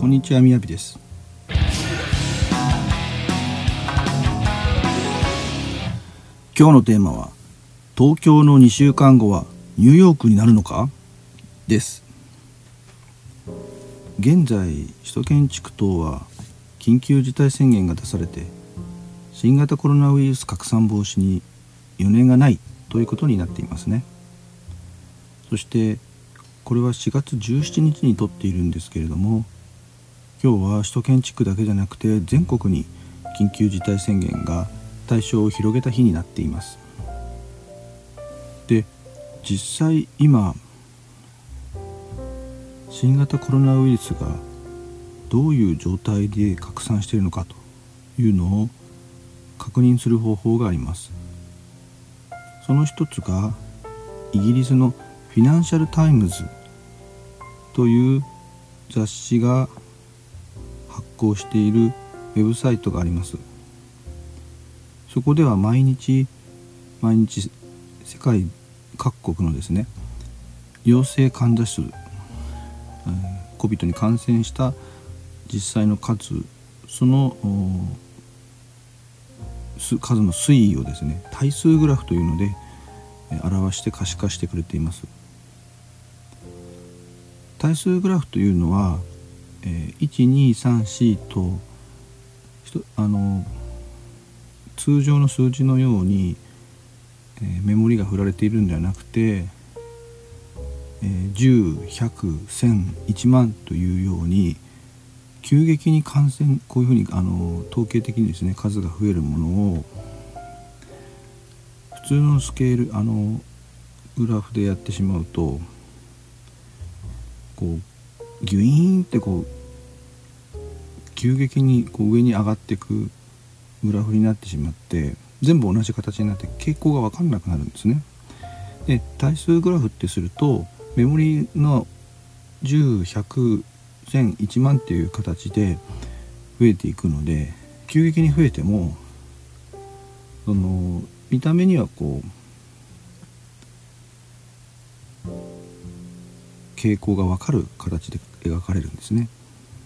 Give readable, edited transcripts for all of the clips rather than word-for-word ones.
こんにちは、みやびです。今日のテーマは、東京の2週間後はニューヨークになるのかです。現在首都圏地区等は緊急事態宣言が出されて、新型コロナウイルス拡散防止に余念がないということになっていますね。そしてこれは4月17日に撮っているんですけれども、今日は首都圏地区だけじゃなくて全国に緊急事態宣言が対象を広げた日になっています。で、実際今新型コロナウイルスがどういう状態で拡散しているのかというのを確認する方法があります。その一つがイギリスのフィナンシャルタイムズという雑誌が発行しているウェブサイトがあります。そこでは毎日世界各国のですね、陽性患者数、COVID に感染した実際の数、その数の推移をですね、対数グラフというので表して可視化してくれています。対数グラフというのは、1、2、3、4と通常の数字のように、メモリが振られているんではなくて、10、100、1000、1万というように急激に感染、こういうふうに統計的にですね、数が増えるものを普通のスケールグラフでやってしまうと、こうギュイーンって急激に上に上がっていくグラフになってしまって、全部同じ形になって傾向が分かんなくなるんですね。で、対数グラフってするとメモリの10、100、1000、1万っていう形で増えていくので、急激に増えても見た目には傾向が分かる形で描かれるんですね。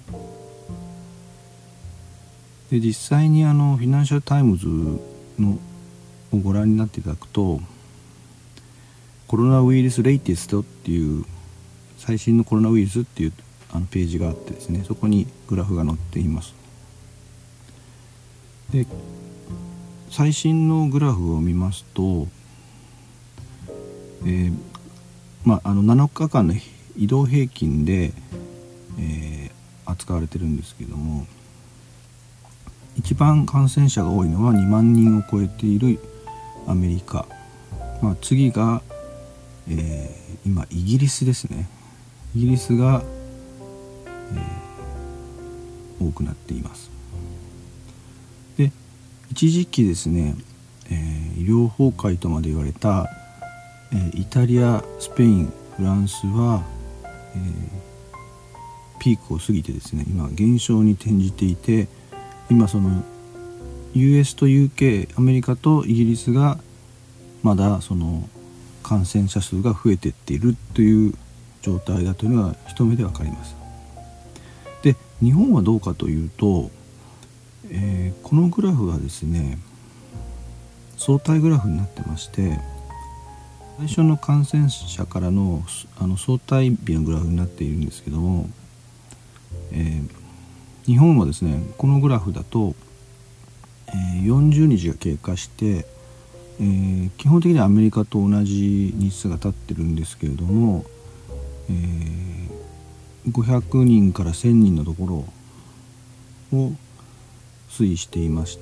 で、実際にフィナンシャルタイムズをご覧になっていただくと、コロナウイルスレイテストっていう最新のコロナウイルスっていうページがあってですね、そこにグラフが載っています。で、最新のグラフを見ますと、7日間の移動平均で、扱われてるんですけれども、一番感染者が多いのは2万人を超えているアメリカ、次が、今イギリスですね。イギリスが、多くなっています。で、一時期ですね、医療崩壊とまで言われた、イタリア、スペイン、フランスは、ピークを過ぎてですね、今減少に転じていて、今その US と UK、 アメリカとイギリスがまだその感染者数が増えていっているという状態だというのが一目で分かります。で、日本はどうかというと、このグラフはですね、相対グラフになってまして、最初の感染者からの相対比のグラフになっているんですけども、日本はですね、このグラフだと、40日が経過して、基本的にはアメリカと同じ日数が経ってるんですけれども、500人から1000人のところを推移していまして、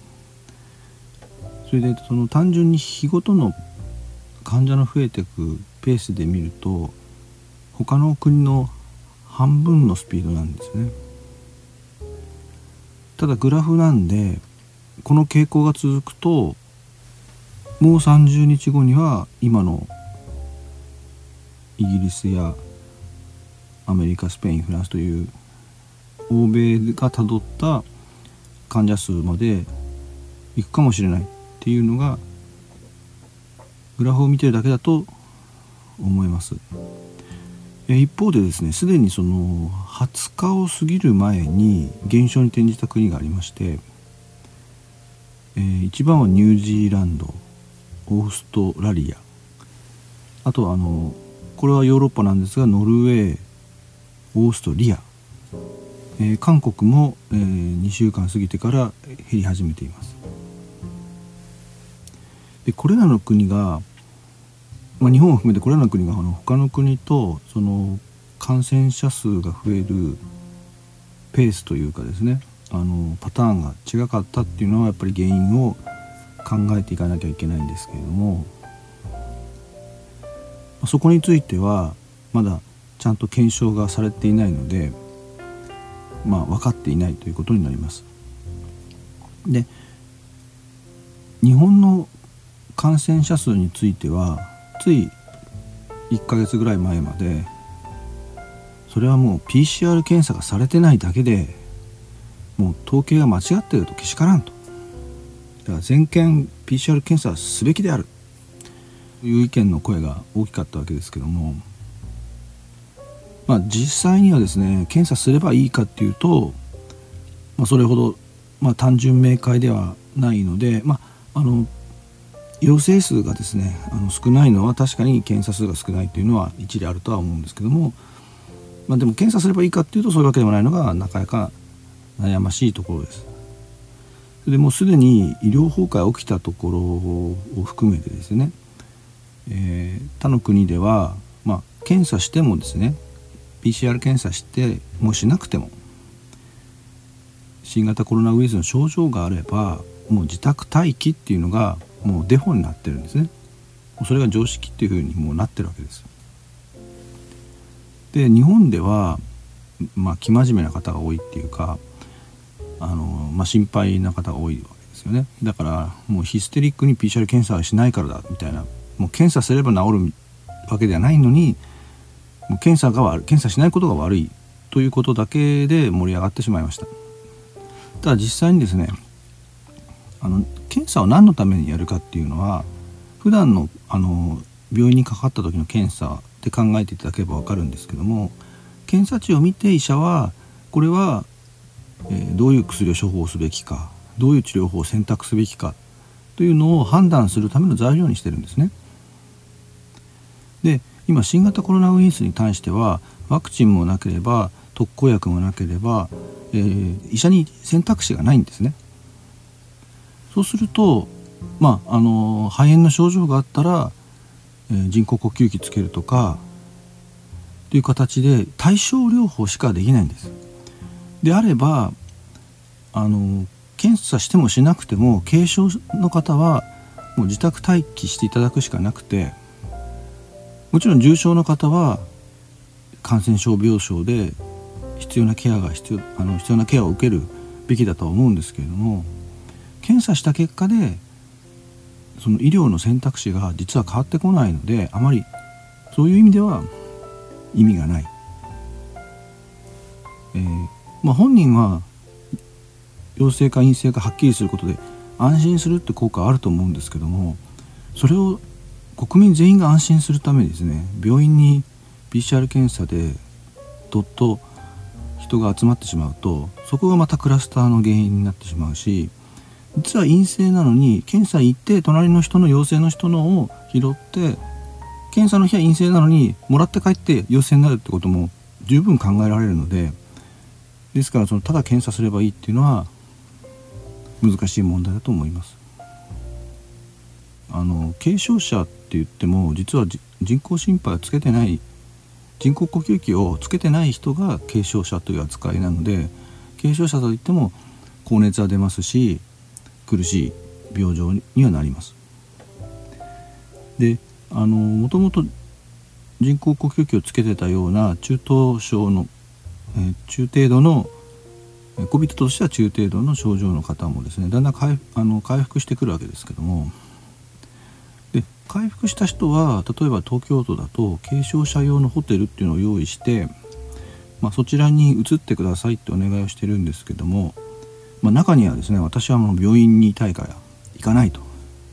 それでその単純に日ごとの患者の増えていくペースで見ると、他の国の半分のスピードなんですね。ただグラフなんで、この傾向が続くと、もう30日後には今のイギリスやアメリカ、スペイン、フランスという欧米がたどった患者数まで行くかもしれないっていうのがグラフを見てるだけだと思います。 一方でですね、すでにその20日を過ぎる前に減少に転じた国がありまして、一番はニュージーランド、オーストラリア、あとはこれはヨーロッパなんですが、ノルウェー、オーストリア、韓国も、2週間過ぎてから減り始めています。でこれらの国が、日本を含めてこれらの国が他の国とその感染者数が増えるペースというかですね、パターンが違かったっていうのはやっぱり原因を考えていかなきゃいけないんですけれども、そこについてはまだちゃんと検証がされていないので、分かっていないということになります。で、日本の感染者数についてはつい1ヶ月ぐらい前までそれはもう PCR 検査がされてないだけでもう統計が間違っているとけしからんと、だから全県 PCR 検査すべきであるという意見の声が大きかったわけですけども、実際にはですね、検査すればいいかっていうと、それほど、単純明快ではないので、陽性数がですね少ないのは確かに検査数が少ないというのは一理あるとは思うんですけども、でも検査すればいいかっていうとそういうわけでもないのがなかなか悩ましいところです。でもうすでに医療崩壊が起きたところを含めてですね、他の国では、検査してもですね PCR 検査してもしなくても新型コロナウイルスの症状があればもう自宅待機っていうのがもうデフォになってるんですね。それが常識っていうふうにもうなってるわけです。で日本では生真面目な方が多いっていうか心配な方が多いわけですよね。だからもうヒステリックに PCR 検査はしないからだみたいな、もう検査すれば治るわけではないのにもう検査しないことが悪いということだけで盛り上がってしまいました。ただ実際にですね検査を何のためにやるかっていうのは普段の病院にかかった時の検査で考えていただければ分かるんですけども、検査値を見て医者はこれは、どういう薬を処方すべきか、どういう治療法を選択すべきかというのを判断するための材料にしてるんですね。で今新型コロナウイルスに対してはワクチンもなければ特効薬もなければ、医者に選択肢がないんですね。そうすると、肺炎の症状があったら、人工呼吸器つけるとかという形で対症療法しかできないんです。であれば検査してもしなくても軽症の方はもう自宅待機していただくしかなくて、もちろん重症の方は感染症病床で必要なケアを受けるべきだとは思うんですけれども、検査した結果でその医療の選択肢が実は変わってこないので、あまりそういう意味では意味がない。本人は陽性か陰性かはっきりすることで安心するって効果はあると思うんですけども、それを国民全員が安心するためにですね、病院に PCR 検査でどっと人が集まってしまうと、そこがまたクラスターの原因になってしまうし、実は陰性なのに検査行って隣の人の陽性の人のを拾って検査の日は陰性なのにもらって帰って陽性になるってことも十分考えられるので、ですからただ検査すればいいっていうのは難しい問題だと思います。軽症者って言っても実は人工心肺をつけてない、人工呼吸器をつけてない人が軽症者という扱いなので、軽症者といっても高熱は出ますし苦しい病状にはなります。でもともと人工呼吸器をつけてたような中等症の、中程度の COVID としては中程度の症状の方もですねだんだん回復してくるわけですけども、で回復した人は例えば東京都だと軽症者用のホテルっていうのを用意して、そちらに移ってくださいってお願いをしてるんですけども、中にはですね、私はもう病院にいたいから行かないと、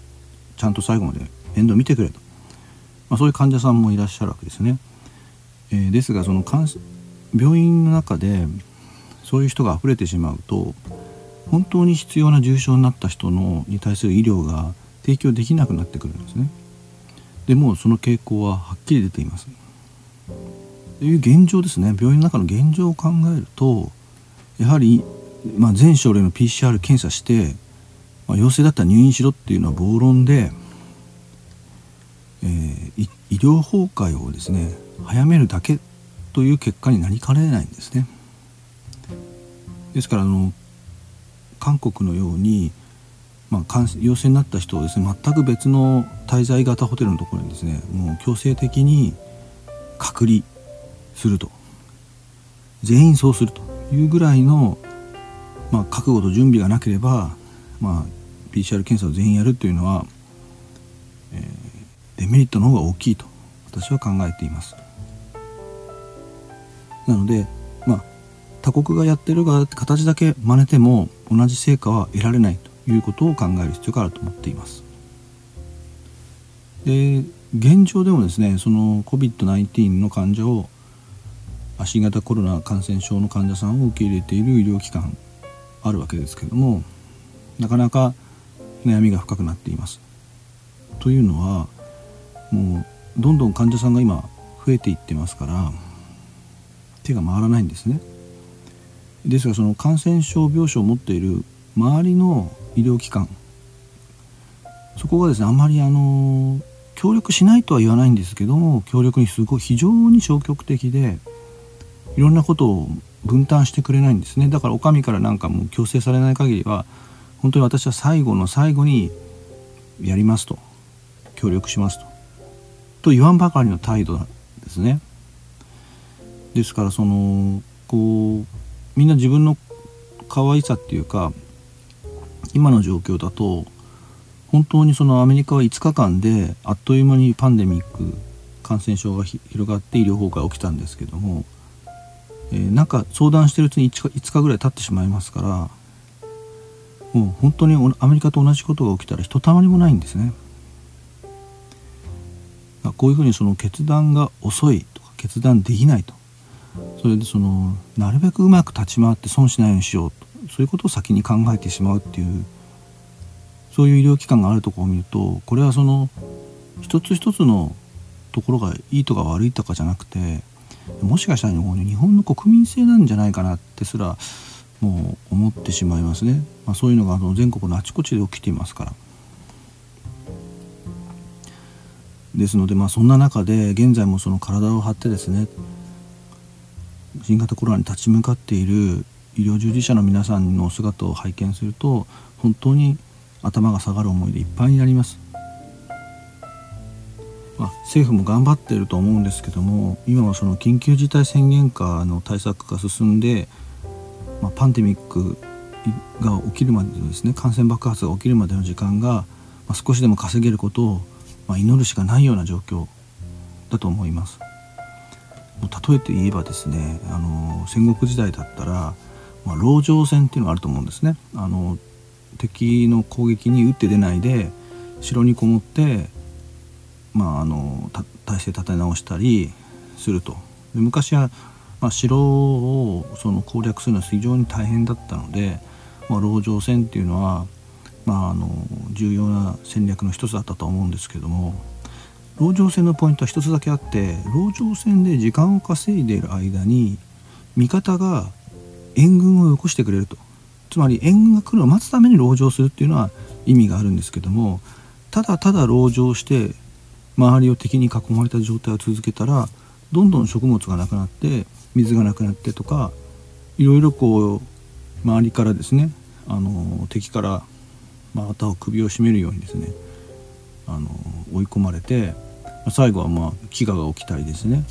ちゃんと最後まで面倒見てくれと、そういう患者さんもいらっしゃるわけですね。 ですがその病院の中でそういう人が溢れてしまうと本当に必要な重症になった人に対する医療が提供できなくなってくるんですね。でもその傾向ははっきり出ています。という現状ですね。病院の中の現状を考えるとやはり、全症例の PCR 検査して、陽性だったら入院しろっていうのは暴論で、医療崩壊をですね早めるだけという結果になりかねないんですね。ですから韓国のように、陽性になった人をですね全く別の滞在型ホテルのところにですねもう強制的に隔離すると、全員そうするというぐらいの、覚悟と準備がなければ、PCR 検査を全員やるというのは、デメリットの方が大きいと私は考えています。なので、他国がやってる形だけ真似ても同じ成果は得られないということを考える必要があると思っています。で、現状でもですねその COVID-19 の患者を新型コロナ感染症の患者さんを受け入れている医療機関あるわけですけれども、なかなか悩みが深くなっています。というのはもうどんどん患者さんが今増えていってますから手が回らないんですね。ですがその感染症病床を持っている周りの医療機関、そこがですねあまり協力しないとは言わないんですけども協力に非常に消極的でいろんなことを分担してくれないんですね。だからお上からなんかもう強制されない限りは本当に私は最後の最後にやりますと協力しますと言わんばかりの態度なんですね。ですからみんな自分の可愛さっていうか今の状況だと本当にアメリカは5日間であっという間にパンデミック感染症が広がって医療崩壊が起きたんですけども、なんか相談してるうちに5日ぐらい経ってしまいますからもう本当にアメリカと同じことが起きたらひとたまりもないんですね。こういうふうに決断が遅いとか決断できないと、それでなるべくうまく立ち回って損しないようにしようと、そういうことを先に考えてしまうっていうそういう医療機関があるところを見るとこれは一つ一つのところがいいとか悪いとかじゃなくてもしかしたら日本の国民性なんじゃないかなってすらもう思ってしまいますね。そういうのが全国のあちこちで起きていますから。ですのでそんな中で現在も体を張ってですね新型コロナに立ち向かっている医療従事者の皆さんの姿を拝見すると本当に頭が下がる思いでいっぱいになります。政府も頑張っていると思うんですけども今は緊急事態宣言下の対策が進んで、パンデミックが起きるまでのですね感染爆発が起きるまでの時間が、少しでも稼げることを、祈るしかないような状況だと思います。例えて言えばですね戦国時代だったら、籠城戦っていうのがあると思うんですね。敵の攻撃に打って出ないで城にこもって体勢立て直したりすると。で昔は、城を攻略するのは非常に大変だったので、籠城戦っていうのは、重要な戦略の一つだったと思うんですけども籠城戦のポイントは一つだけあって籠城戦で時間を稼いでいる間に味方が援軍をよこしてくれると。つまり援軍が来るのを待つために籠城するっていうのは意味があるんですけどもただただ籠城して周りを敵に囲まれた状態を続けたらどんどん食物がなくなって水がなくなってとかいろいろ周りからですね敵から股を首を絞めるようにですね追い込まれて最後は飢餓が起きたりですね、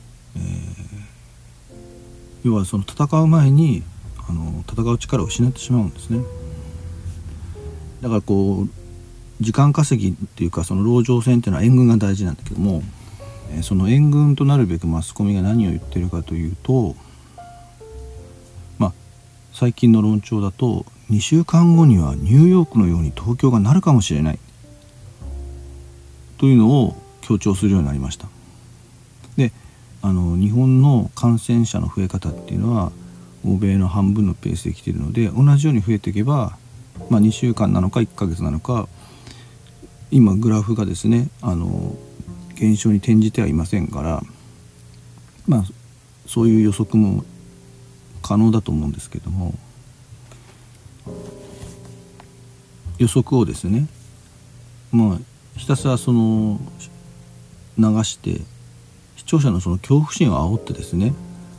要は戦う前に戦う力を失ってしまうんですね。だから時間稼ぎっていうか籠城戦っていうのは援軍が大事なんだけどもその援軍となるべくマスコミが何を言ってるかというと最近の論調だと2週間後にはニューヨークのように東京がなるかもしれないというのを強調するようになりました。で日本の感染者の増え方っていうのは欧米の半分のペースで来ているので、同じように増えていけば、2週間なのか1ヶ月なのか、今グラフがですね減少に転じてはいませんから、そういう予測も可能だと思うんですけども、予測をですねひたすら流して視聴者のその恐怖心を煽ってですね、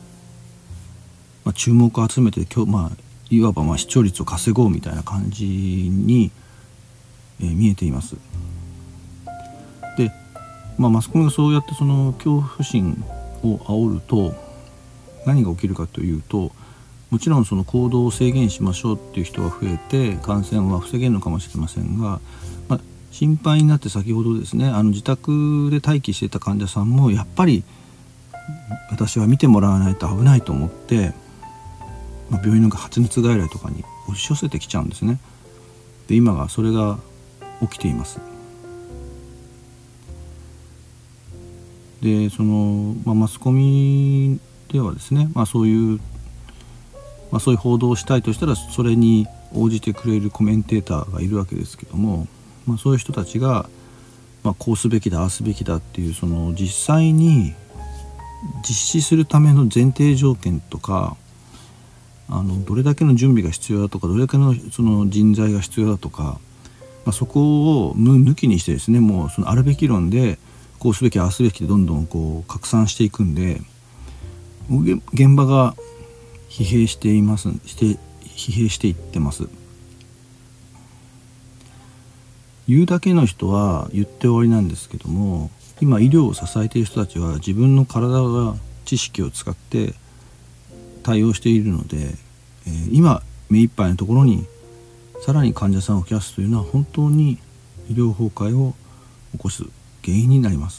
注目を集めていわば視聴率を稼ごうみたいな感じに、見えています。で、マスコミがそうやってその恐怖心を煽ると何が起きるかというと、もちろんその行動を制限しましょうっていう人が増えて感染は防げるのかもしれませんが、心配になって先ほどですね自宅で待機していた患者さんもやっぱり私は見てもらわないと危ないと思って、病院の発熱外来とかに押し寄せてきちゃうんですね。で今それが起きています。でマスコミではですね、そういう報道をしたいとしたらそれに応じてくれるコメンテーターがいるわけですけども、そういう人たちが、こうすべきだああすべきだっていう実際に実施するための前提条件とかどれだけの準備が必要だとかどれだけの人材が必要だとか、そこを抜きにしてですね、もうあるべき論でこうすべきああすべきでどんどん拡散していくんで、現場が疲弊していってます。言うだけの人は言って終わりなんですけども、今医療を支えている人たちは自分の体が知識を使って対応しているので、今目いっぱいのところにさらに患者さんを増やすというのは本当に医療崩壊を起こす原因になります。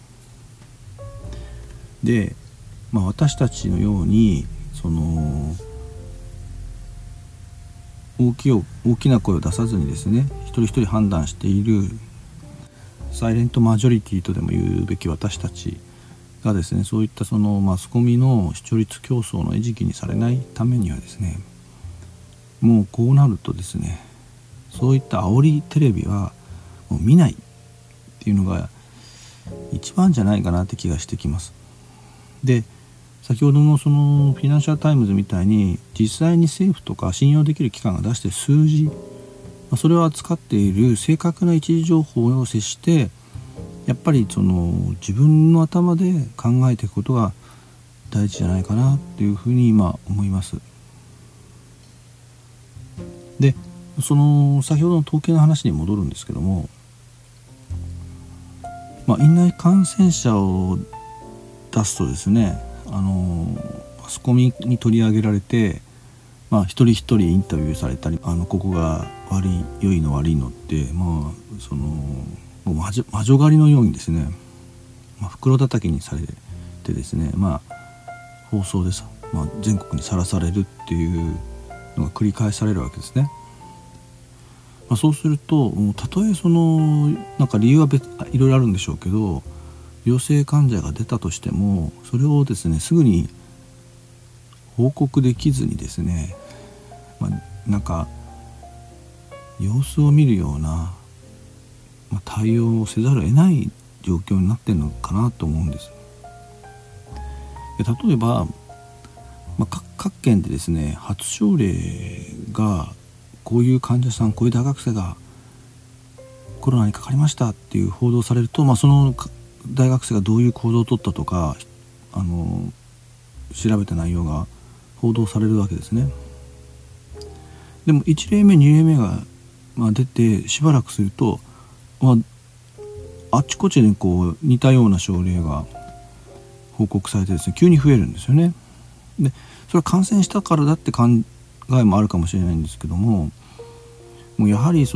で、私たちのように大きな声を出さずにですね一人一人判断しているサイレントマジョリティとでも言うべき私たちがですね、そういったマスコミの視聴率競争の餌食にされないためにはですね、もうこうなるとですね、そういった煽りテレビはもう見ないっていうのが一番じゃないかなって気がしてきます。で、先ほどのフィナンシャルタイムズみたいに実際に政府とか信用できる機関が出している数字、それを扱っている正確な一時情報を接してやっぱり自分の頭で考えていくことが大事じゃないかなっていうふうに今思います。で、先ほどの統計の話に戻るんですけども、院内感染者を出すとですね、マスコミに取り上げられて、一人一人インタビューされたり、ここが悪い良いの悪いのってもう魔女狩りのようにですね、袋叩きにされてですね、放送で全国にさらされるっていうのが繰り返されるわけですね。そうするとたとえ理由はいろいろあるんでしょうけど、陽性患者が出たとしてもそれをですねすぐに報告できずにですね、様子を見るような、対応をせざるを得ない状況になっているのかなと思うんです。で、例えば、各県でですね初症例がこういう患者さん、こういう大学生がコロナにかかりましたっていう報道されると、その大学生がどういう行動をとったとか調べた内容が報道されるわけですね。でも1例目2例目が、出てしばらくすると、あっちこっちで似たような症例が報告されてですね急に増えるんですよね。でそれは感染したからだって考えもあるかもしれないんですけども、やはり最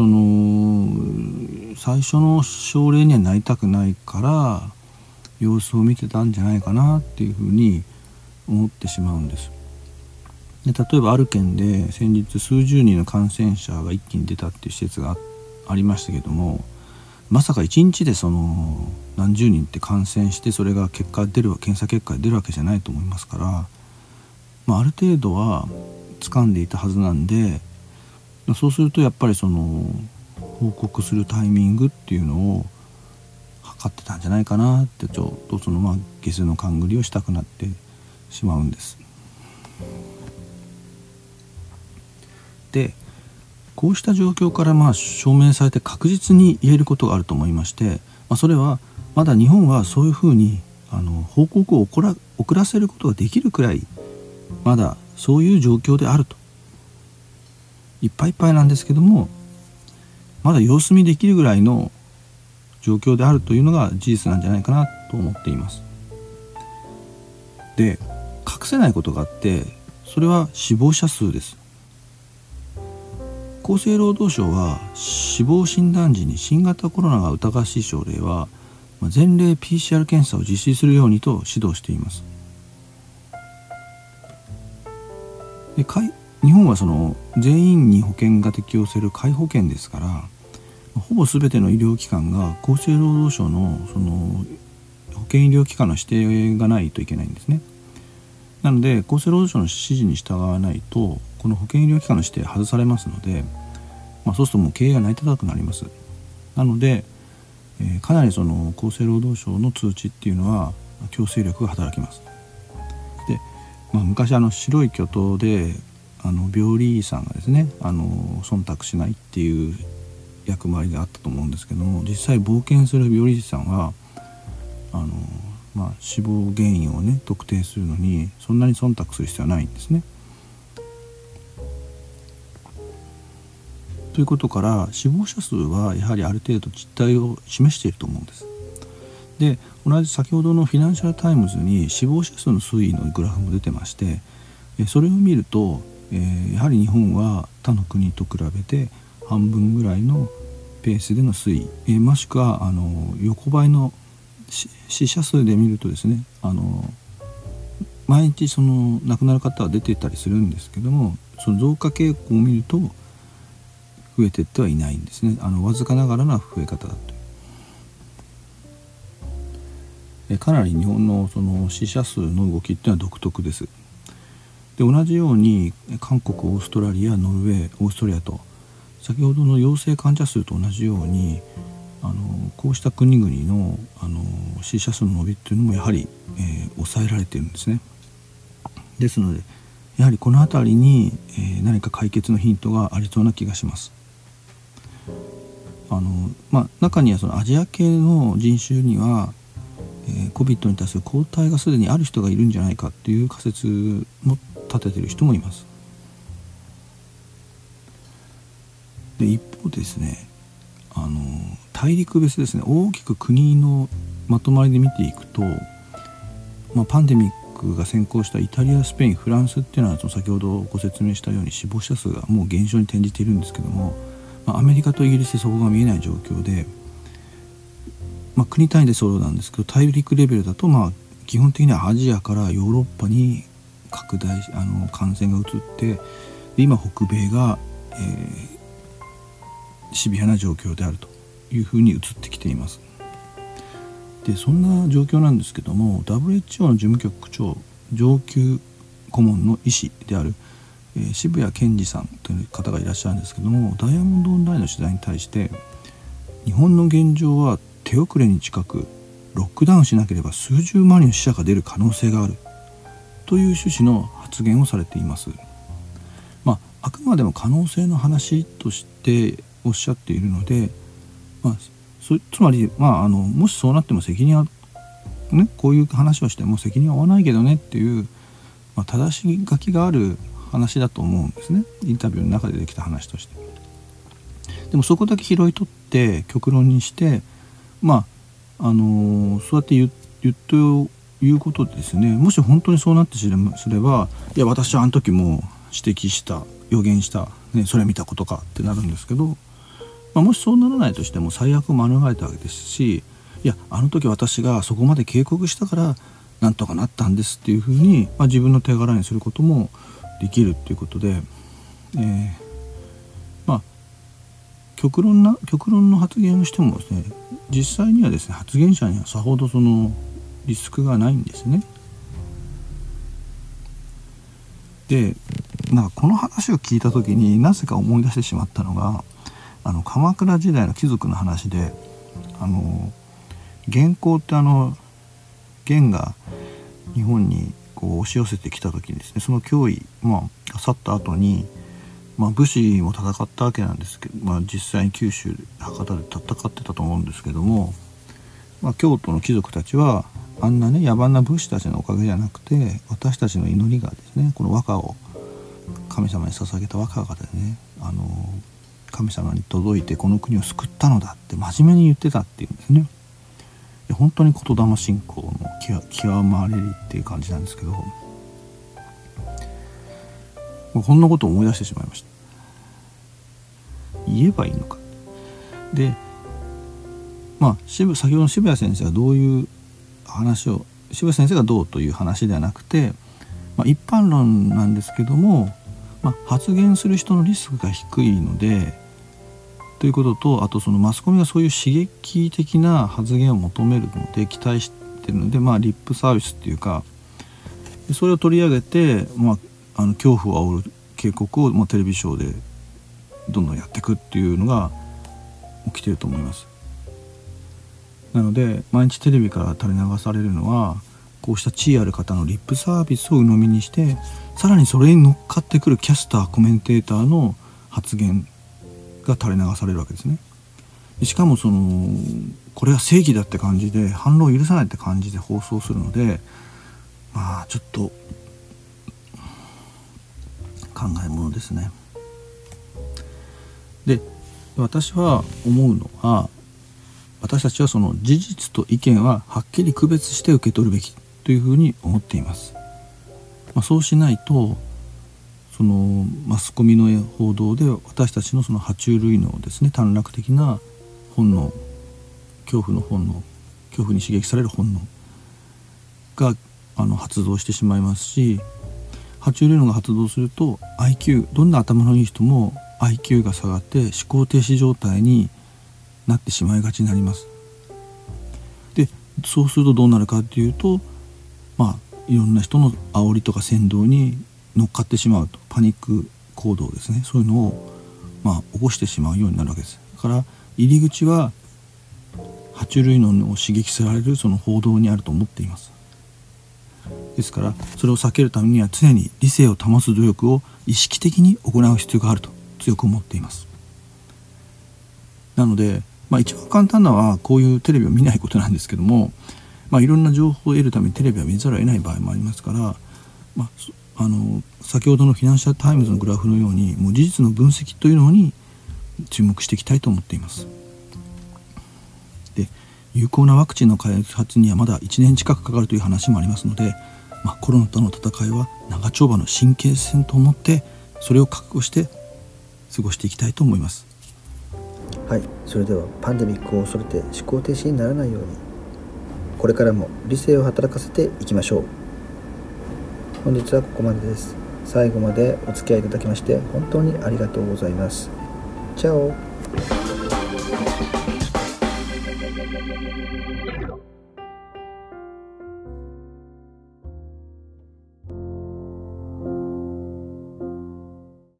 初の症例にはなりたくないから様子を見てたんじゃないかなっていうふうに思ってしまうんです。で、例えばある県で先日数十人の感染者が一気に出たっていう施設がありましたけども、 まさか1日でその何十人って感染して、それが検査結果で出るわけじゃないと思いますから、ある程度は掴んでいたはずなんで、そうするとやっぱりその報告するタイミングっていうのを測ってたんじゃないかなって、ちょっとその下水の勘繰りをしたくなってしまうんです。でこうした状況から証明されて確実に言えることがあると思いまして、それはまだ日本はそういうふうに報告を遅らせることができるくらい、まだそういう状況であると、いっぱいいっぱいなんですけども、まだ様子見できるぐらいの状況であるというのが事実なんじゃないかなと思っています。で隠せないことがあって、それは死亡者数です。厚生労働省は死亡診断時に新型コロナが疑わしい症例は前例 PCR 検査を実施するようにと指導しています。で日本はその全員に保険が適用される皆保険ですから、ほぼ全ての医療機関が厚生労働省のその保険医療機関の指定がないといけないんですね。なので厚生労働省の指示に従わないとこの保険医療機関の指定外されますので、そうするともう経営が成り立たなくなります。なので、かなりその厚生労働省の通知っていうのは強制力が働きます。で、昔白い巨塔で病理医さんがですね忖度しないっていう役割があったと思うんですけども、実際冒険する病理士さんは死亡原因をね特定するのにそんなに忖度する必要はないんですね。ということから死亡者数はやはりある程度実態を示していると思うんです。で同じ先ほどのフィナンシャルタイムズに死亡者数の推移のグラフも出てまして、それを見ると、やはり日本は他の国と比べて半分ぐらいのペースでの推移、もしくは横ばいの死者数で見るとですね、毎日その亡くなる方は出ていたりするんですけども、その増加傾向を見ると増えていってはいないんですね。わずかながらの増え方だと。かなり日本のその死者数の動きっていうのは独特です。で同じように韓国、オーストラリア、ノルウェー、オーストリアと先ほどの陽性患者数と同じようにこうした国々の死者数の伸びっていうのもやはり、抑えられているんですね。ですのでやはりこの辺りに、何か解決のヒントがありそうな気がします。中にはそのアジア系の人種には、COVID に対する抗体がすでにある人がいるんじゃないかっていう仮説も立てている人もいます。で一方ですね大陸別ですね、大きく国のまとまりで見ていくと、パンデミックが先行したイタリア、スペイン、フランスっていうのは先ほどご説明したように死亡者数がもう減少に転じているんですけども、アメリカとイギリスでそこが見えない状況で、国単位でそうなんですけど、大陸レベルだと基本的にはアジアからヨーロッパに拡大感染が移って、で今北米が、シビアな状況であるというふうに移ってきています。でそんな状況なんですけども、 WHO の事務局長上級顧問の医師である、渋谷健二さんという方がいらっしゃるんですけども、ダイヤモンドオンラインの取材に対して、日本の現状は手遅れに近く、ロックダウンしなければ数十万人の死者が出る可能性があるという趣旨の発言をされています。あくまでも可能性の話としておっしゃっているので、つまり、もしそうなっても責任は、こういう話をしても責任は負わないけどねっていう、正し書きがある話だと思うんですね、インタビューの中でできた話として。でもそこだけ拾い取って極論にして、そうやって言うことでですね、もし本当にそうなってすれば、いや私はあの時も指摘した予言した、それ見たことかってなるんですけど、もしそうならないとしても最悪を免れたわけですし、いやあの時私がそこまで警告したからなんとかなったんですっていうふうに、自分の手柄にすることもできるっていうことで、 極論の発言をしてもですね、実際にはですね、発言者にはさほどそのリスクがないんですね。で、この話を聞いた時になぜか思い出してしまったのが、鎌倉時代の貴族の話で、元寇って元が日本にこう押し寄せてきた時にですね、その脅威、去った後に、武士も戦ったわけなんですけど、実際に九州博多で戦ってたと思うんですけども、京都の貴族たちはあんなね野蛮な武士たちのおかげじゃなくて、私たちの祈りがですね、この和歌を神様に捧げた和歌がですね、神様に届いてこの国を救ったのだって真面目に言ってたっていうんですね。で本当に言霊信仰の極まれりっていう感じなんですけど、こんなことを思い出してしまいました。言えばいいのか。で、先ほどの渋谷先生がどういう話を、渋谷先生がどうという話ではなくて、一般論なんですけども、発言する人のリスクが低いのでということと、あとそのマスコミがそういう刺激的な発言を求めるので期待してるので、リップサービスっていうか、それを取り上げて、恐怖を煽る警告を、テレビショーでどんどんやっていくっていうのが起きていると思います。なので毎日テレビから垂れ流されるのは、こうした地位ある方のリップサービスを鵜呑みにして、さらにそれに乗っかってくるキャスターコメンテーターの発言が垂れ流されるわけですね。しかもこれは正義だって感じで、反論を許さないって感じで放送するので、ちょっと考えものですね。で、私は思うのは、私たちはその事実と意見ははっきり区別して受け取るべきというふうに思っています。そうしないと、そのマスコミの報道で私たちのその爬虫類のですね、短絡的な本能、恐怖に刺激される本能が発動してしまいますし、爬虫類脳が発動すると IQ、 どんな頭のいい人も IQ が下がって思考停止状態になってしまいがちになります。で、そうするとどうなるかっていうと、いろんな人の煽りとか扇動に乗っかってしまうと、パニック行動ですね、そういうのを起こしてしまうようになるわけです。だから入り口は爬虫類脳を刺激されるその報道にあると思っています。ですからそれを避けるためには常に理性を保つ努力を意識的に行う必要があると強く思っています。なので、一番簡単なのはこういうテレビを見ないことなんですけども、いろんな情報を得るためにテレビは見ざるを得ない場合もありますから、先ほどのフィナンシャルタイムズのグラフのように、もう事実の分析というのに注目していきたいと思っています。で、有効なワクチンの開発にはまだ1年近くかかるという話もありますので、コロナとの戦いは長丁場の神経戦と思って、それを覚悟して過ごしていきたいと思います。 はい、それではパンデミックを恐れて思考停止にならないように、これからも理性を働かせていきましょう。本日はここまでです。最後までお付き合いいただきまして本当にありがとうございます。チャオ。